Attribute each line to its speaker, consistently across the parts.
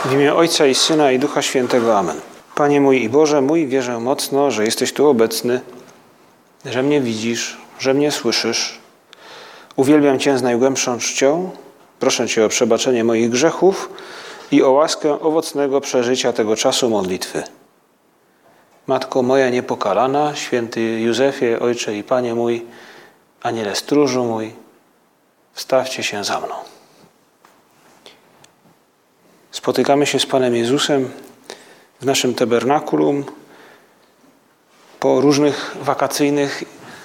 Speaker 1: W imię Ojca i Syna i Ducha Świętego. Amen. Panie mój i Boże mój, wierzę mocno, że jesteś tu obecny, że mnie widzisz, że mnie słyszysz. Uwielbiam Cię z najgłębszą czcią. Proszę Cię o przebaczenie moich grzechów i o łaskę owocnego przeżycia tego czasu modlitwy. Matko moja niepokalana, święty Józefie, Ojcze i Panie mój, Aniele stróżu mój, wstawcie się za mną. Spotykamy się z Panem Jezusem w naszym tabernakulum po różnych wakacyjnych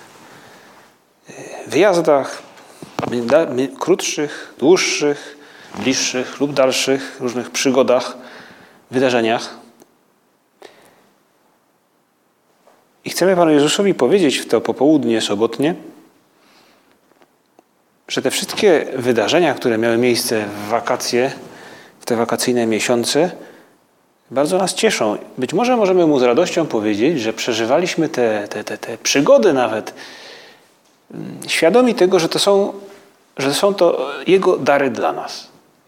Speaker 1: wyjazdach, krótszych, dłuższych, bliższych lub dalszych, różnych przygodach, wydarzeniach. I chcemy Panu Jezusowi powiedzieć w to popołudnie sobotnie, że te wszystkie wydarzenia, które miały miejsce w wakacje, w te wakacyjne miesiące, bardzo nas cieszą. Być może możemy Mu z radością powiedzieć, że przeżywaliśmy te przygody nawet, świadomi tego, że są to Jego dary dla nas.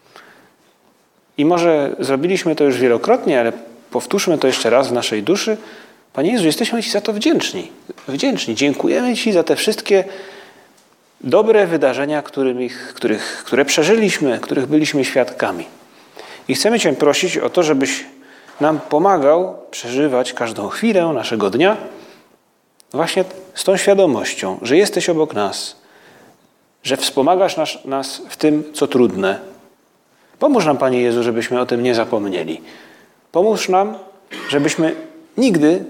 Speaker 1: I może zrobiliśmy to już wielokrotnie, ale powtórzmy to jeszcze raz w naszej duszy. Panie Jezu, jesteśmy Ci za to wdzięczni. Dziękujemy Ci za te wszystkie dobre wydarzenia, które przeżyliśmy, których byliśmy świadkami. I chcemy Cię prosić o to, żebyś nam pomagał przeżywać każdą chwilę naszego dnia właśnie z tą świadomością, że jesteś obok nas, że wspomagasz nas w tym, co trudne. Pomóż nam, Panie Jezu, żebyśmy o tym nie zapomnieli. Pomóż nam, żebyśmy nigdy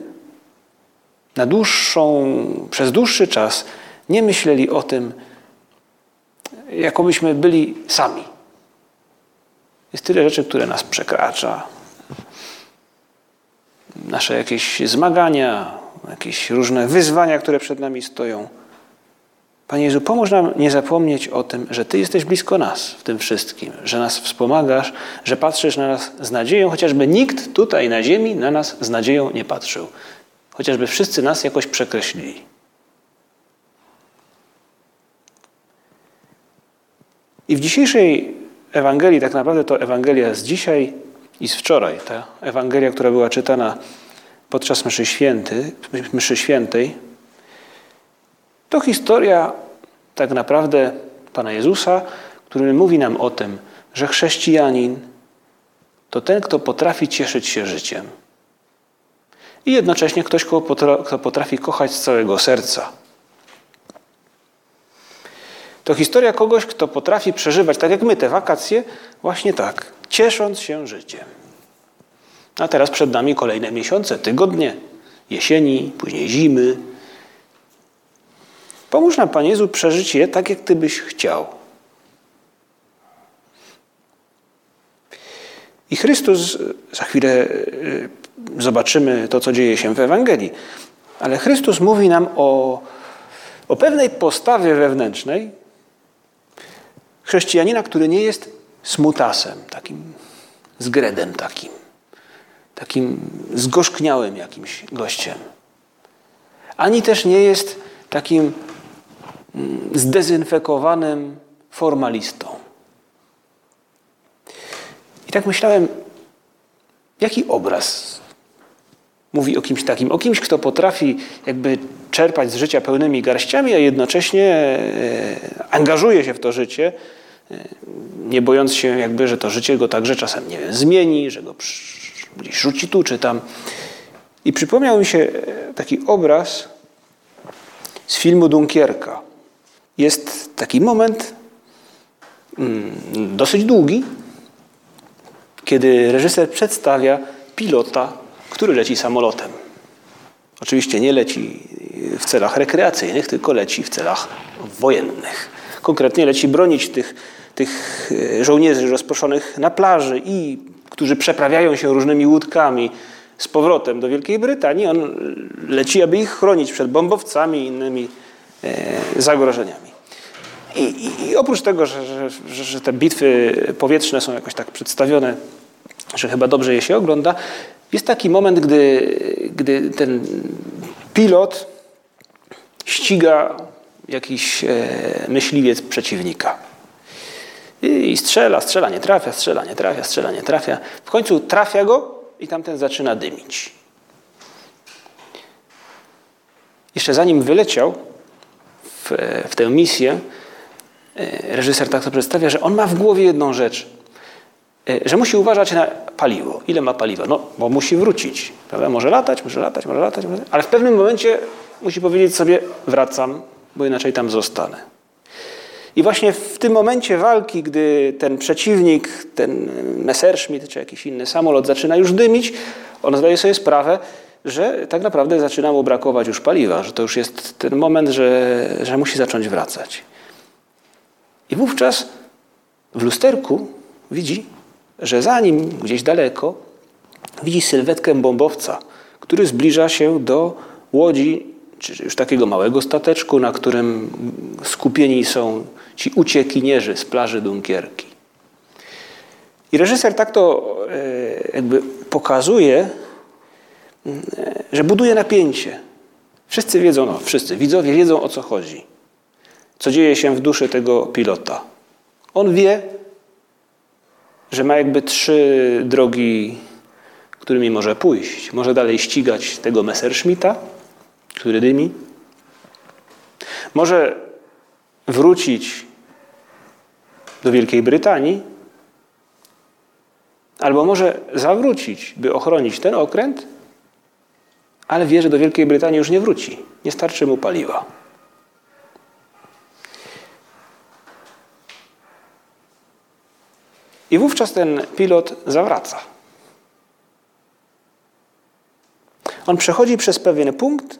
Speaker 1: przez dłuższy czas nie myśleli o tym, jakobyśmy byli sami. Jest tyle rzeczy, które nas przekracza. Nasze jakieś zmagania, jakieś różne wyzwania, które przed nami stoją. Panie Jezu, pomóż nam nie zapomnieć o tym, że Ty jesteś blisko nas w tym wszystkim, że nas wspomagasz, że patrzysz na nas z nadzieją, chociażby nikt tutaj na ziemi na nas z nadzieją nie patrzył. Chociażby wszyscy nas jakoś przekreślili. I w dzisiejszej Ewangelii, tak naprawdę to Ewangelia z dzisiaj i z wczoraj, ta Ewangelia, która była czytana podczas mszy świętej, to historia tak naprawdę Pana Jezusa, który mówi nam o tym, że chrześcijanin to ten, kto potrafi cieszyć się życiem. I jednocześnie ktoś, kto potrafi kochać z całego serca. To historia kogoś, kto potrafi przeżywać, tak jak my, te wakacje, właśnie tak, ciesząc się życiem. A teraz przed nami kolejne miesiące, tygodnie, jesieni, później zimy. Pomóż nam, Panie Jezu, przeżyć je tak, jak Ty byś chciał. I Chrystus, za chwilę zobaczymy to, co dzieje się w Ewangelii, ale Chrystus mówi nam o pewnej postawie wewnętrznej chrześcijanina, który nie jest smutasem, takim zgredem takim zgorzkniałym jakimś gościem. Ani też nie jest takim zdezynfekowanym formalistą. I tak myślałem, jaki obraz mówi o kimś takim? O kimś, kto potrafi jakby czerpać z życia pełnymi garściami, a jednocześnie angażuje się w to życie, nie bojąc się jakby, że to życie go także czasem, zmieni, że go gdzieś rzuci tu czy tam. I przypomniał mi się taki obraz z filmu Dunkierka. Jest taki moment dosyć długi, kiedy reżyser przedstawia pilota, który leci samolotem. Oczywiście nie leci w celach rekreacyjnych, tylko leci w celach wojennych. Konkretnie leci bronić tych żołnierzy rozproszonych na plaży i którzy przeprawiają się różnymi łódkami z powrotem do Wielkiej Brytanii. On leci, aby ich chronić przed bombowcami i innymi zagrożeniami. I oprócz tego, że te bitwy powietrzne są jakoś tak przedstawione, że chyba dobrze je się ogląda, jest taki moment, gdy ten pilot ściga jakiś myśliwiec przeciwnika. I strzela, nie trafia, strzela, nie trafia. W końcu trafia go i tamten zaczyna dymić. Jeszcze zanim wyleciał w tę misję, reżyser tak to przedstawia, że on ma w głowie jedną rzecz, że musi uważać na paliwo. Ile ma paliwa? No, bo musi wrócić. Prawda? Może latać, ale w pewnym momencie musi powiedzieć sobie, wracam, bo inaczej tam zostanę. I właśnie w tym momencie walki, gdy ten przeciwnik, ten Messerschmitt czy jakiś inny samolot zaczyna już dymić, on zdaje sobie sprawę, że tak naprawdę zaczyna mu brakować już paliwa, że to już jest ten moment, że musi zacząć wracać. I wówczas w lusterku widzi, że za nim gdzieś daleko widzi sylwetkę bombowca, który zbliża się do łodzi, czy już takiego małego stateczku, na którym skupieni są ci uciekinierzy z plaży Dunkierki. I reżyser tak to jakby pokazuje, że buduje napięcie. Wszyscy wiedzą, widzowie wiedzą, o co chodzi. Co dzieje się w duszy tego pilota. On wie, że ma jakby 3 drogi, którymi może pójść. Może dalej ścigać tego Messerschmitta, który dymi. Może wrócić do Wielkiej Brytanii, albo może zawrócić, by ochronić ten okręt, ale wie, że do Wielkiej Brytanii już nie wróci. Nie starczy mu paliwa. I wówczas ten pilot zawraca. On przechodzi przez pewien punkt,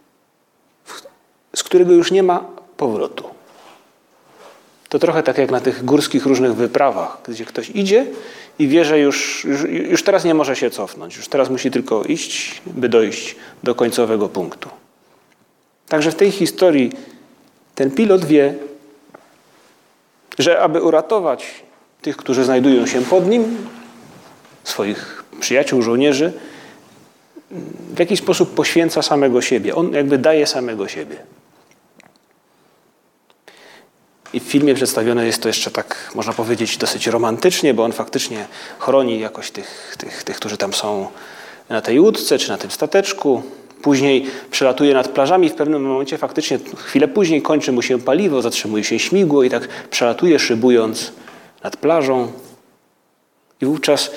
Speaker 1: z którego już nie ma powrotu. To trochę tak jak na tych górskich różnych wyprawach, gdzie ktoś idzie i wie, że już teraz nie może się cofnąć. Już teraz musi tylko iść, by dojść do końcowego punktu. Także w tej historii ten pilot wie, że aby uratować tych, którzy znajdują się pod nim, swoich przyjaciół, żołnierzy, w jakiś sposób poświęca samego siebie. On jakby daje samego siebie. I w filmie przedstawione jest to jeszcze tak, można powiedzieć, dosyć romantycznie, bo on faktycznie chroni jakoś tych, którzy tam są na tej łódce czy na tym stateczku. Później przelatuje nad plażami, w pewnym momencie faktycznie chwilę później kończy mu się paliwo, zatrzymuje się śmigło i tak przelatuje, szybując nad plażą. I wówczas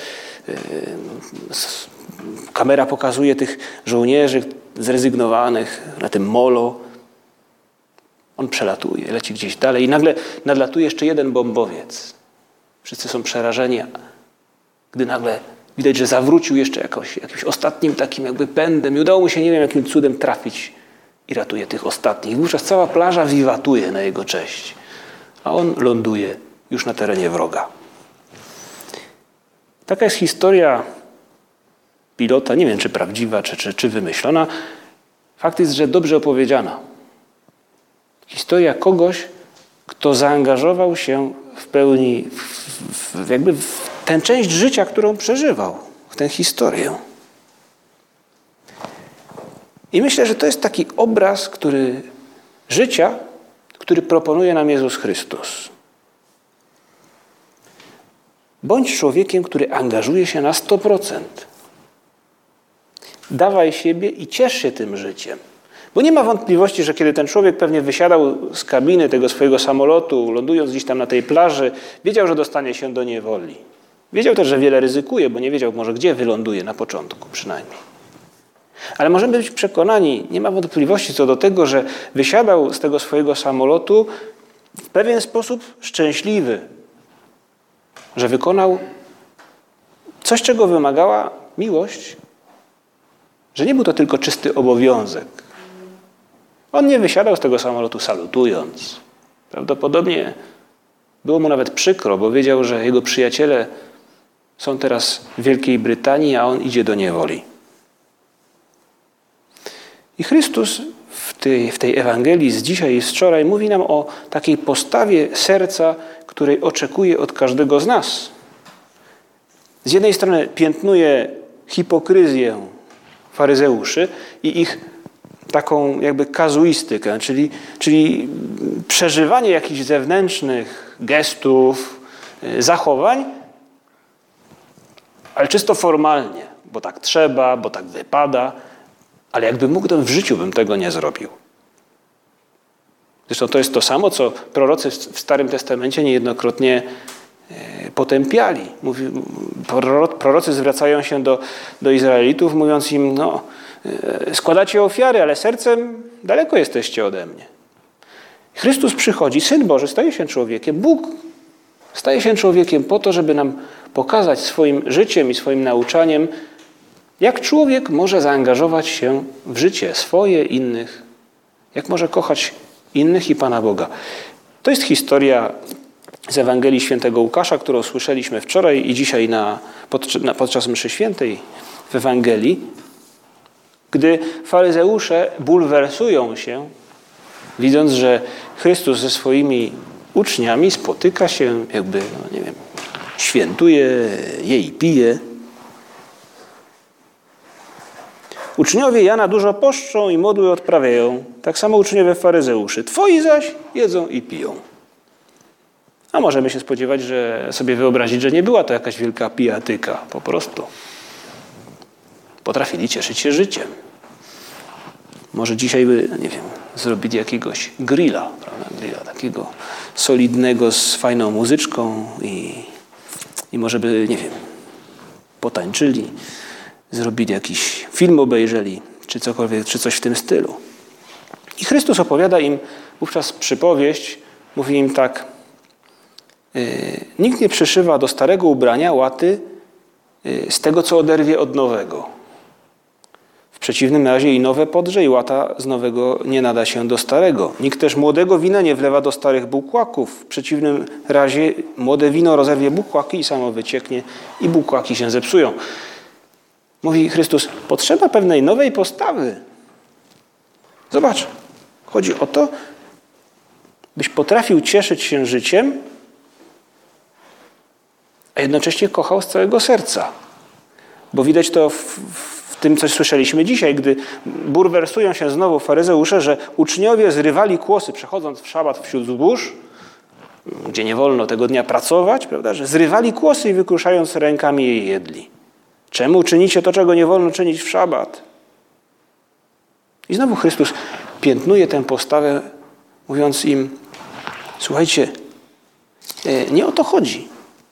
Speaker 1: kamera pokazuje tych żołnierzy zrezygnowanych na tym molo. On przelatuje, leci gdzieś dalej i nagle nadlatuje jeszcze jeden bombowiec. Wszyscy są przerażeni, gdy nagle widać, że zawrócił jeszcze jakimś ostatnim takim jakby pędem i udało mu się nie wiem jakim cudem trafić i ratuje tych ostatnich. Wówczas cała plaża wiwatuje na jego cześć, a on ląduje już na terenie wroga. Taka jest historia pilota, nie wiem czy prawdziwa, czy wymyślona. Fakt jest, że dobrze opowiedziana. Historia kogoś, kto zaangażował się w pełni w tę część życia, którą przeżywał, w tę historię. I myślę, że to jest taki obraz życia, który proponuje nam Jezus Chrystus. Bądź człowiekiem, który angażuje się na 100%. Dawaj siebie i ciesz się tym życiem. Bo nie ma wątpliwości, że kiedy ten człowiek pewnie wysiadał z kabiny tego swojego samolotu, lądując gdzieś tam na tej plaży, wiedział, że dostanie się do niewoli. Wiedział też, że wiele ryzykuje, bo nie wiedział może gdzie wyląduje na początku przynajmniej. Ale możemy być przekonani, nie ma wątpliwości co do tego, że wysiadał z tego swojego samolotu w pewien sposób szczęśliwy, że wykonał coś, czego wymagała miłość, że nie był to tylko czysty obowiązek. On nie wysiadał z tego samolotu salutując. Prawdopodobnie było mu nawet przykro, bo wiedział, że jego przyjaciele są teraz w Wielkiej Brytanii, a on idzie do niewoli. I Chrystus w tej Ewangelii z dzisiaj i z wczoraj mówi nam o takiej postawie serca, której oczekuje od każdego z nas. Z jednej strony piętnuje hipokryzję faryzeuszy i ich taką jakby kazuistykę, czyli przeżywanie jakichś zewnętrznych gestów, zachowań, ale czysto formalnie, bo tak trzeba, bo tak wypada, ale jakbym mógł, to w życiu bym tego nie zrobił. Zresztą to jest to samo, co prorocy w Starym Testamencie niejednokrotnie potępiali. Prorocy zwracają się do Izraelitów, mówiąc im, składacie ofiary, ale sercem daleko jesteście ode mnie. Chrystus przychodzi, Syn Boży staje się człowiekiem, Bóg staje się człowiekiem po to, żeby nam pokazać swoim życiem i swoim nauczaniem, jak człowiek może zaangażować się w życie swoje, innych, jak może kochać innych i Pana Boga. To jest historia z Ewangelii Świętego Łukasza, którą słyszeliśmy wczoraj i dzisiaj podczas mszy świętej w Ewangelii, gdy faryzeusze bulwersują się, widząc, że Chrystus ze swoimi uczniami spotyka się, jakby, świętuje, je i pije. Uczniowie Jana dużo poszczą i modły odprawiają, tak samo uczniowie faryzeuszy. Twoi zaś jedzą i piją. A możemy się spodziewać, sobie wyobrazić, że nie była to jakaś wielka pijatyka. Po prostu potrafili cieszyć się życiem. Może dzisiaj by, zrobili jakiegoś grilla, prawda? Grilla takiego solidnego z fajną muzyczką i może by, potańczyli, zrobili jakiś film, obejrzeli, czy cokolwiek, czy coś w tym stylu. I Chrystus opowiada im wówczas przypowieść, mówi im tak: nikt nie przyszywa do starego ubrania łaty z tego, co oderwie od nowego. W przeciwnym razie i nowe podrze, i łata z nowego nie nada się do starego. Nikt też młodego wina nie wlewa do starych bukłaków. W przeciwnym razie młode wino rozerwie bukłaki i samo wycieknie i bukłaki się zepsują. Mówi Chrystus, potrzeba pewnej nowej postawy. Zobacz, chodzi o to, byś potrafił cieszyć się życiem, a jednocześnie kochał z całego serca. Bo widać to w tym, co słyszeliśmy dzisiaj, gdy bulwersują się znowu faryzeusze, że uczniowie zrywali kłosy, przechodząc w szabat wśród zbóż, gdzie nie wolno tego dnia pracować, prawda, że zrywali kłosy i wykruszając rękami je jedli. Czemu czynicie to, czego nie wolno czynić w szabat? I znowu Chrystus piętnuje tę postawę, mówiąc im, słuchajcie, nie o to chodzi.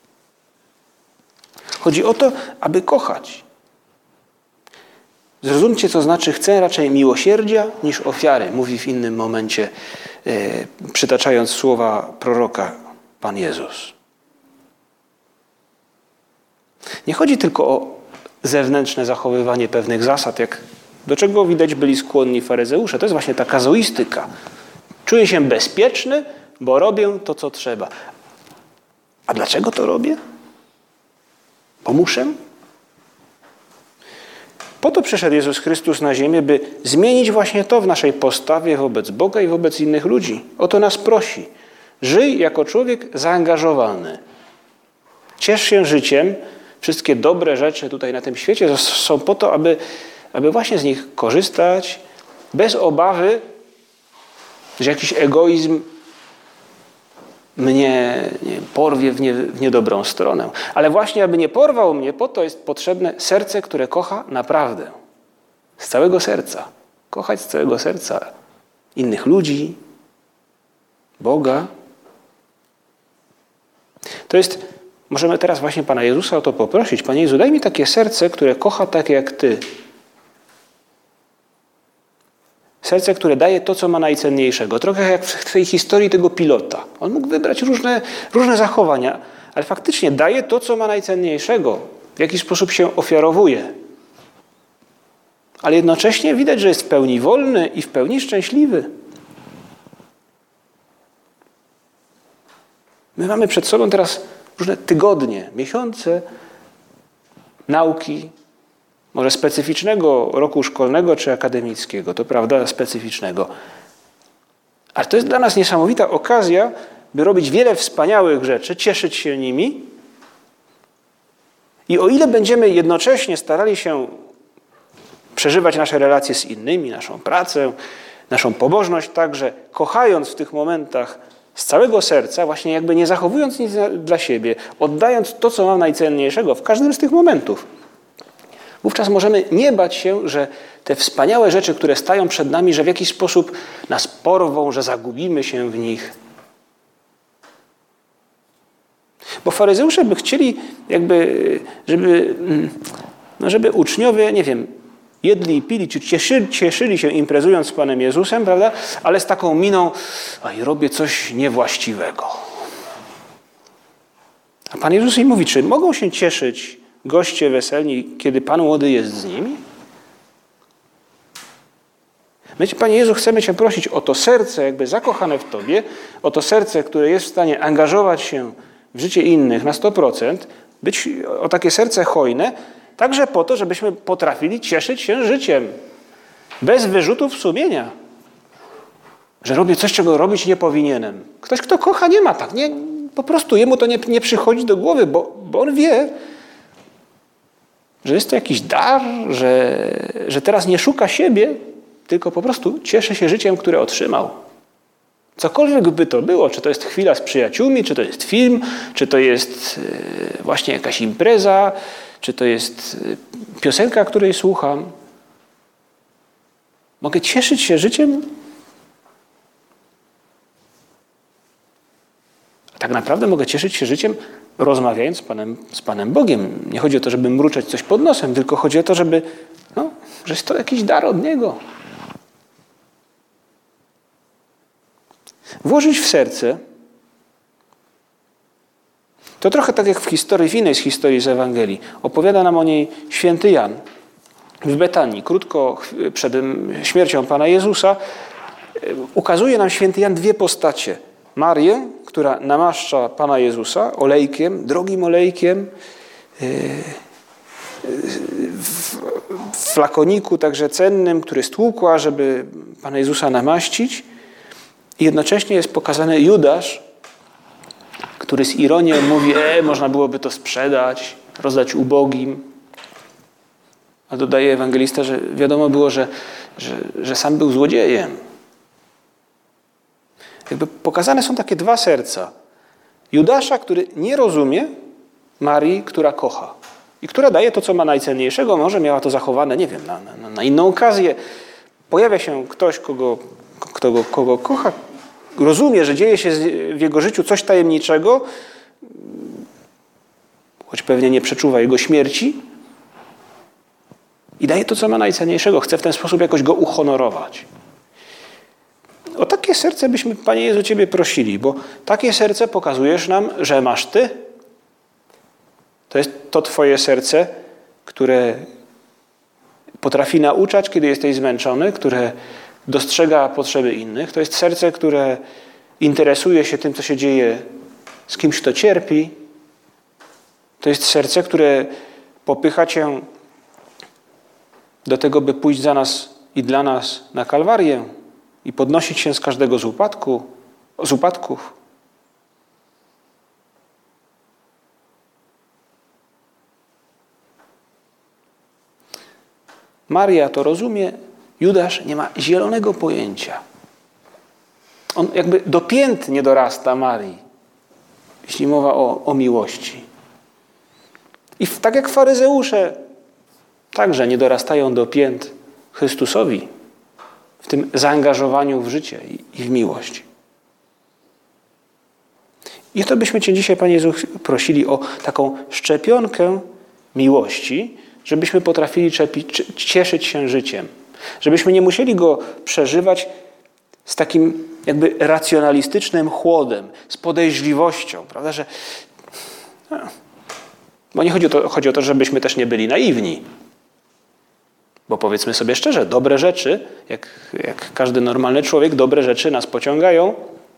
Speaker 1: Chodzi o to, aby kochać. Zrozumcie, co znaczy chcę raczej miłosierdzia niż ofiary, mówi w innym momencie, przytaczając słowa proroka Pan Jezus. Nie chodzi tylko o zewnętrzne zachowywanie pewnych zasad, do czego widać byli skłonni faryzeusze. To jest właśnie ta kazuistyka. Czuję się bezpieczny, bo robię to, co trzeba. A dlaczego to robię? Bo muszę? Po to przyszedł Jezus Chrystus na ziemię, by zmienić właśnie to w naszej postawie wobec Boga i wobec innych ludzi. O to nas prosi. Żyj jako człowiek zaangażowany. Ciesz się życiem. Wszystkie dobre rzeczy tutaj na tym świecie są po to, aby właśnie z nich korzystać bez obawy, że jakiś egoizm mnie porwie w niedobrą stronę. Ale właśnie, aby nie porwał mnie, po to jest potrzebne serce, które kocha naprawdę. Z całego serca. Kochać z całego serca innych ludzi, Boga. To jest, możemy teraz właśnie Pana Jezusa o to poprosić. Panie Jezu, daj mi takie serce, które kocha tak jak Ty. Serce, które daje to, co ma najcenniejszego. Trochę jak w tej historii tego pilota. On mógł wybrać różne zachowania, ale faktycznie daje to, co ma najcenniejszego. W jakiś sposób się ofiarowuje. Ale jednocześnie widać, że jest w pełni wolny i w pełni szczęśliwy. My mamy przed sobą teraz różne tygodnie, miesiące nauki, może specyficznego roku szkolnego czy akademickiego, to prawda, specyficznego. Ale to jest dla nas niesamowita okazja, by robić wiele wspaniałych rzeczy, cieszyć się nimi. I o ile będziemy jednocześnie starali się przeżywać nasze relacje z innymi, naszą pracę, naszą pobożność także, kochając w tych momentach z całego serca, właśnie jakby nie zachowując nic dla siebie, oddając to, co mam najcenniejszego w każdym z tych momentów, wówczas możemy nie bać się, że te wspaniałe rzeczy, które stają przed nami, że w jakiś sposób nas porwą, że zagubimy się w nich. Bo faryzeusze by chcieli żeby uczniowie, nie wiem, jedli i pili, czy cieszyli się imprezując z Panem Jezusem, prawda? Ale z taką miną, oj, robię coś niewłaściwego. A Pan Jezus im mówi, czy mogą się cieszyć goście weselni, kiedy Pan młody jest z nimi? My, Panie Jezu, chcemy Cię prosić o to serce jakby zakochane w Tobie, o to serce, które jest w stanie angażować się w życie innych na 100%, być o takie serce hojne, także po to, żebyśmy potrafili cieszyć się życiem, bez wyrzutów sumienia, że robię coś, czego robić nie powinienem. Ktoś, kto kocha, nie ma tak. Nie, po prostu jemu to nie przychodzi do głowy, bo on wie, że jest to jakiś dar, że teraz nie szuka siebie, tylko po prostu cieszy się życiem, które otrzymał. Cokolwiek by to było, czy to jest chwila z przyjaciółmi, czy to jest film, czy to jest właśnie jakaś impreza, czy to jest piosenka, której słucham. Mogę cieszyć się życiem? A tak naprawdę mogę cieszyć się życiem, rozmawiając z Panem Bogiem. Nie chodzi o to, żeby mruczeć coś pod nosem, tylko chodzi o to, że jest to jakiś dar od Niego. Włożyć w serce, to trochę tak jak w innej z historii z Ewangelii. Opowiada nam o niej święty Jan w Betanii. Krótko przed śmiercią Pana Jezusa ukazuje nam święty Jan dwie postacie. Marię, która namaszcza Pana Jezusa olejkiem, drogim olejkiem, w flakoniku także cennym, który stłukła, żeby Pana Jezusa namaścić. I jednocześnie jest pokazany Judasz, który z ironią mówi, można byłoby to sprzedać, rozdać ubogim. A dodaje ewangelista, że wiadomo było, że sam był złodziejem. Jakby pokazane są takie dwa serca. Judasza, który nie rozumie, Marii, która kocha. I która daje to, co ma najcenniejszego. Może miała to zachowane, nie wiem, na inną okazję. Pojawia się ktoś, kogo kocha, rozumie, że dzieje się w jego życiu coś tajemniczego, choć pewnie nie przeczuwa jego śmierci, i daje to, co ma najcenniejszego. Chce w ten sposób jakoś go uhonorować. O takie serce byśmy, Panie Jezu, Ciebie prosili, bo takie serce pokazujesz nam, że masz Ty. To jest to Twoje serce, które potrafi nauczać, kiedy jesteś zmęczony, które dostrzega potrzeby innych. To jest serce, które interesuje się tym, co się dzieje z kimś, kto cierpi. To jest serce, które popycha Cię do tego, by pójść za nas i dla nas na Kalwarię i podnosić się z każdego z upadków. Maria to rozumie, Judasz nie ma zielonego pojęcia. On jakby do pięt nie dorasta Marii, jeśli mowa o miłości. I tak jak faryzeusze także nie dorastają do pięt Chrystusowi w tym zaangażowaniu w życie i w miłość. I to byśmy Cię dzisiaj, Panie Jezu, prosili o taką szczepionkę miłości, żebyśmy potrafili cieszyć się życiem. Żebyśmy nie musieli go przeżywać z takim jakby racjonalistycznym chłodem, z podejrzliwością, prawda, że... Bo nie chodzi o to, żebyśmy też nie byli naiwni. Bo powiedzmy sobie szczerze, dobre rzeczy, jak każdy normalny człowiek, dobre rzeczy nas pociągają,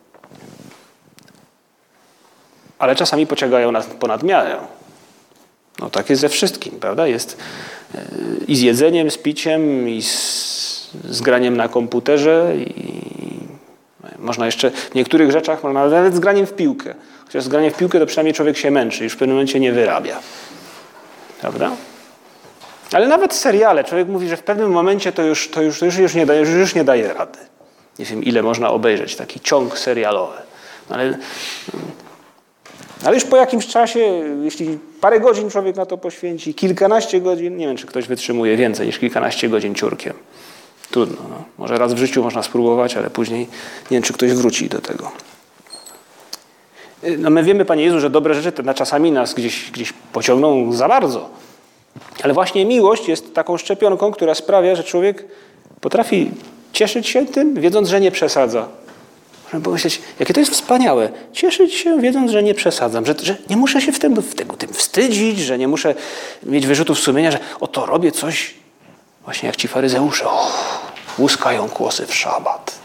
Speaker 1: ale czasami pociągają nas ponad miarę. No tak jest ze wszystkim, prawda? Jest i z jedzeniem, z piciem, i z graniem na komputerze, i można jeszcze w niektórych rzeczach, można nawet z graniem w piłkę. Chociaż z graniem w piłkę to przynajmniej człowiek się męczy, już w pewnym momencie nie wyrabia. Prawda? Ale nawet seriale. Człowiek mówi, że w pewnym momencie to już nie daje rady. Nie wiem, ile można obejrzeć taki ciąg serialowy. Ale już po jakimś czasie, jeśli parę godzin człowiek na to poświęci, kilkanaście godzin, nie wiem, czy ktoś wytrzymuje więcej niż kilkanaście godzin ciurkiem. Trudno. No. Może raz w życiu można spróbować, ale później nie wiem, czy ktoś wróci do tego. No my wiemy, Panie Jezu, że dobre rzeczy te czasami nas gdzieś pociągną za bardzo. Ale właśnie miłość jest taką szczepionką, która sprawia, że człowiek potrafi cieszyć się tym, wiedząc, że nie przesadza. Można pomyśleć, jakie to jest wspaniałe. Cieszyć się, wiedząc, że nie przesadzam. Że nie muszę się tym wstydzić, że nie muszę mieć wyrzutów sumienia, że oto robię coś właśnie jak ci faryzeusze. Łuskają kłosy w szabat.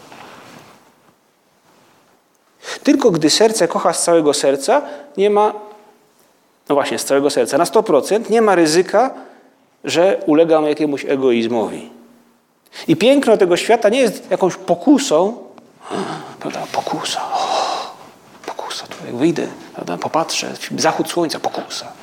Speaker 1: Tylko gdy serce kocha z całego serca, nie ma, no właśnie z całego serca, na 100%, nie ma ryzyka, że ulegam jakiemuś egoizmowi. I piękno tego świata nie jest jakąś pokusą, prawda, pokusa, tu jak wyjdę, prawda, popatrzę, zachód słońca, pokusa.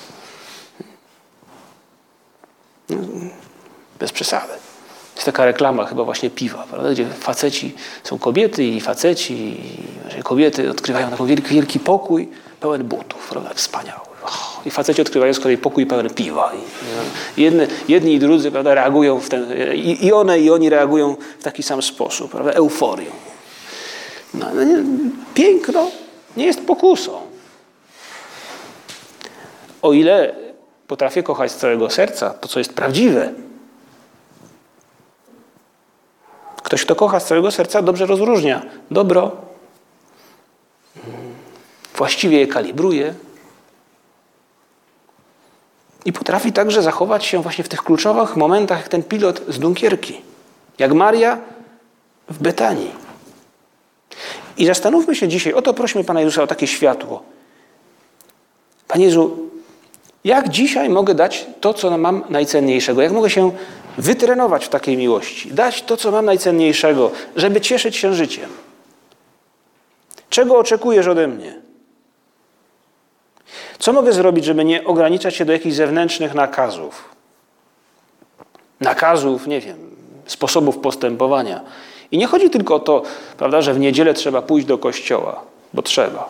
Speaker 1: Bez przesady. Jest taka reklama chyba właśnie piwa, prawda? Gdzie faceci są kobiety i faceci, i kobiety odkrywają taki wielki pokój pełen butów, prawda? Wspaniały. I faceci odkrywają z kolei pokój pełen piwa. Jedni i drudzy, prawda, reagują i oni reagują w taki sam sposób, prawda? Euforią. Piękno nie jest pokusą. O ile potrafię kochać z całego serca, to co jest prawdziwe. Ktoś, kto kocha z całego serca, dobrze rozróżnia dobro, właściwie je kalibruje i potrafi także zachować się właśnie w tych kluczowych momentach, jak ten pilot z Dunkierki, jak Maria w Betanii. I zastanówmy się dzisiaj, o to prośmy Pana Jezusa o takie światło. Panie Jezu, jak dzisiaj mogę dać to, co mam najcenniejszego? Jak mogę się wytrenować w takiej miłości? Dać to, co mam najcenniejszego, żeby cieszyć się życiem? Czego oczekujesz ode mnie? Co mogę zrobić, żeby nie ograniczać się do jakichś zewnętrznych nakazów? Nakazów, nie wiem, sposobów postępowania. I nie chodzi tylko o to, prawda, że w niedzielę trzeba pójść do kościoła, bo trzeba.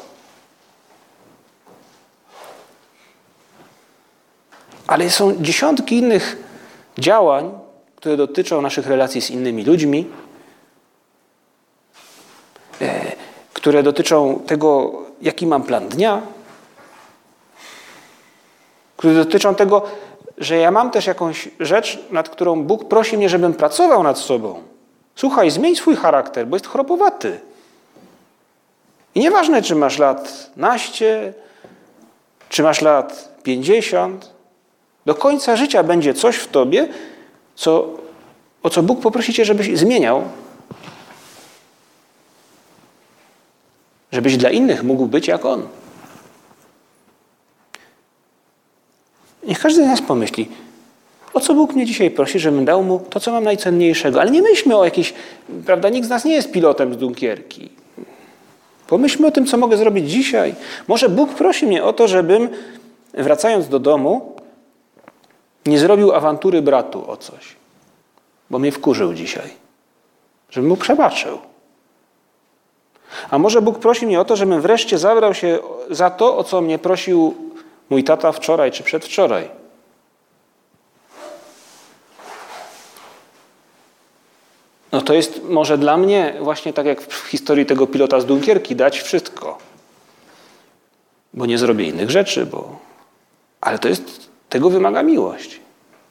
Speaker 1: Ale są dziesiątki innych działań, które dotyczą naszych relacji z innymi ludźmi, które dotyczą tego, jaki mam plan dnia, które dotyczą tego, że ja mam też jakąś rzecz, nad którą Bóg prosi mnie, żebym pracował nad sobą. Słuchaj, zmień swój charakter, bo jest chorobowaty. I nieważne, czy masz lat 12, czy masz lat 50, do końca życia będzie coś w tobie, o co Bóg poprosi cię, żebyś zmieniał. Żebyś dla innych mógł być jak On. Niech każdy z nas pomyśli, o co Bóg mnie dzisiaj prosi, żebym dał Mu to, co mam najcenniejszego. Ale nie myślmy o jakiejś, prawda, nikt z nas nie jest pilotem z Dunkierki. Pomyślmy o tym, co mogę zrobić dzisiaj. Może Bóg prosi mnie o to, żebym, wracając do domu, nie zrobił awantury bratu o coś, bo mnie wkurzył dzisiaj. Żebym mu przebaczył. A może Bóg prosi mnie o to, żebym wreszcie zabrał się za to, o co mnie prosił mój tata wczoraj czy przedwczoraj. No to jest może dla mnie właśnie tak jak w historii tego pilota z Dunkierki, dać wszystko. Bo nie zrobię innych rzeczy, ale tego wymaga miłość.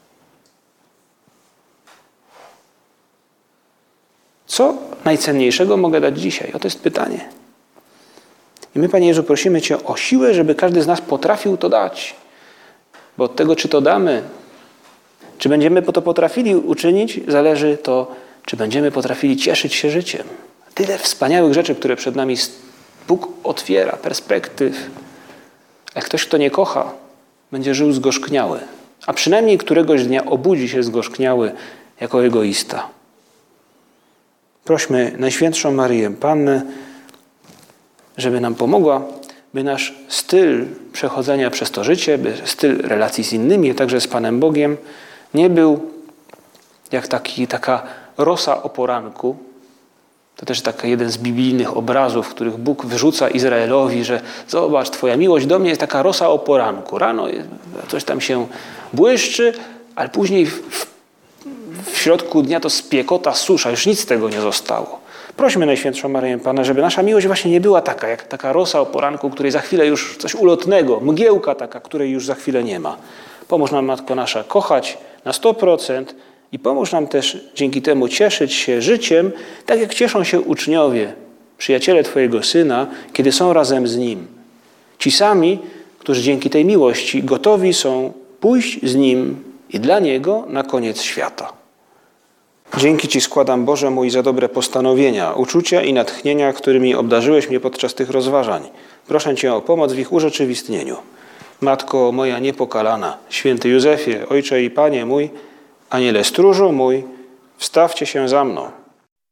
Speaker 1: Co najcenniejszego mogę dać dzisiaj? Oto jest pytanie. I my, Panie Jezu, prosimy Cię o siłę, żeby każdy z nas potrafił to dać. Bo od tego, czy to damy, czy będziemy to potrafili uczynić, zależy to, czy będziemy potrafili cieszyć się życiem. Tyle wspaniałych rzeczy, które przed nami Bóg otwiera, perspektyw. Jak ktoś, kto nie kocha, będzie żył zgorzkniały. A przynajmniej któregoś dnia obudzi się zgorzkniały jako egoista. Prośmy Najświętszą Maryję Pannę, żeby nam pomogła, by nasz styl przechodzenia przez to życie, by styl relacji z innymi, a także z Panem Bogiem, nie był jak taka rosa o poranku, To też taki jeden z biblijnych obrazów, w których Bóg wyrzuca Izraelowi, że zobacz, twoja miłość do mnie jest taka rosa o poranku. Rano coś tam się błyszczy, ale później w środku dnia to spiekota, susza, już nic z tego nie zostało. Prośmy Najświętszą Maryję Panę, żeby nasza miłość właśnie nie była taka, jak taka rosa o poranku, której za chwilę już coś ulotnego, mgiełka taka, której już za chwilę nie ma. Pomóż nam, Matko nasza, kochać na 100% i pomóż nam też dzięki temu cieszyć się życiem, tak jak cieszą się uczniowie, przyjaciele Twojego Syna, kiedy są razem z Nim. Ci sami, którzy dzięki tej miłości gotowi są pójść z Nim i dla Niego na koniec świata. Dzięki Ci składam, Boże mój, za dobre postanowienia, uczucia i natchnienia, którymi obdarzyłeś mnie podczas tych rozważań. Proszę Cię o pomoc w ich urzeczywistnieniu. Matko moja niepokalana, święty Józefie, Ojcze i Panie mój, Aniele stróżu mój, wstawcie się za mną.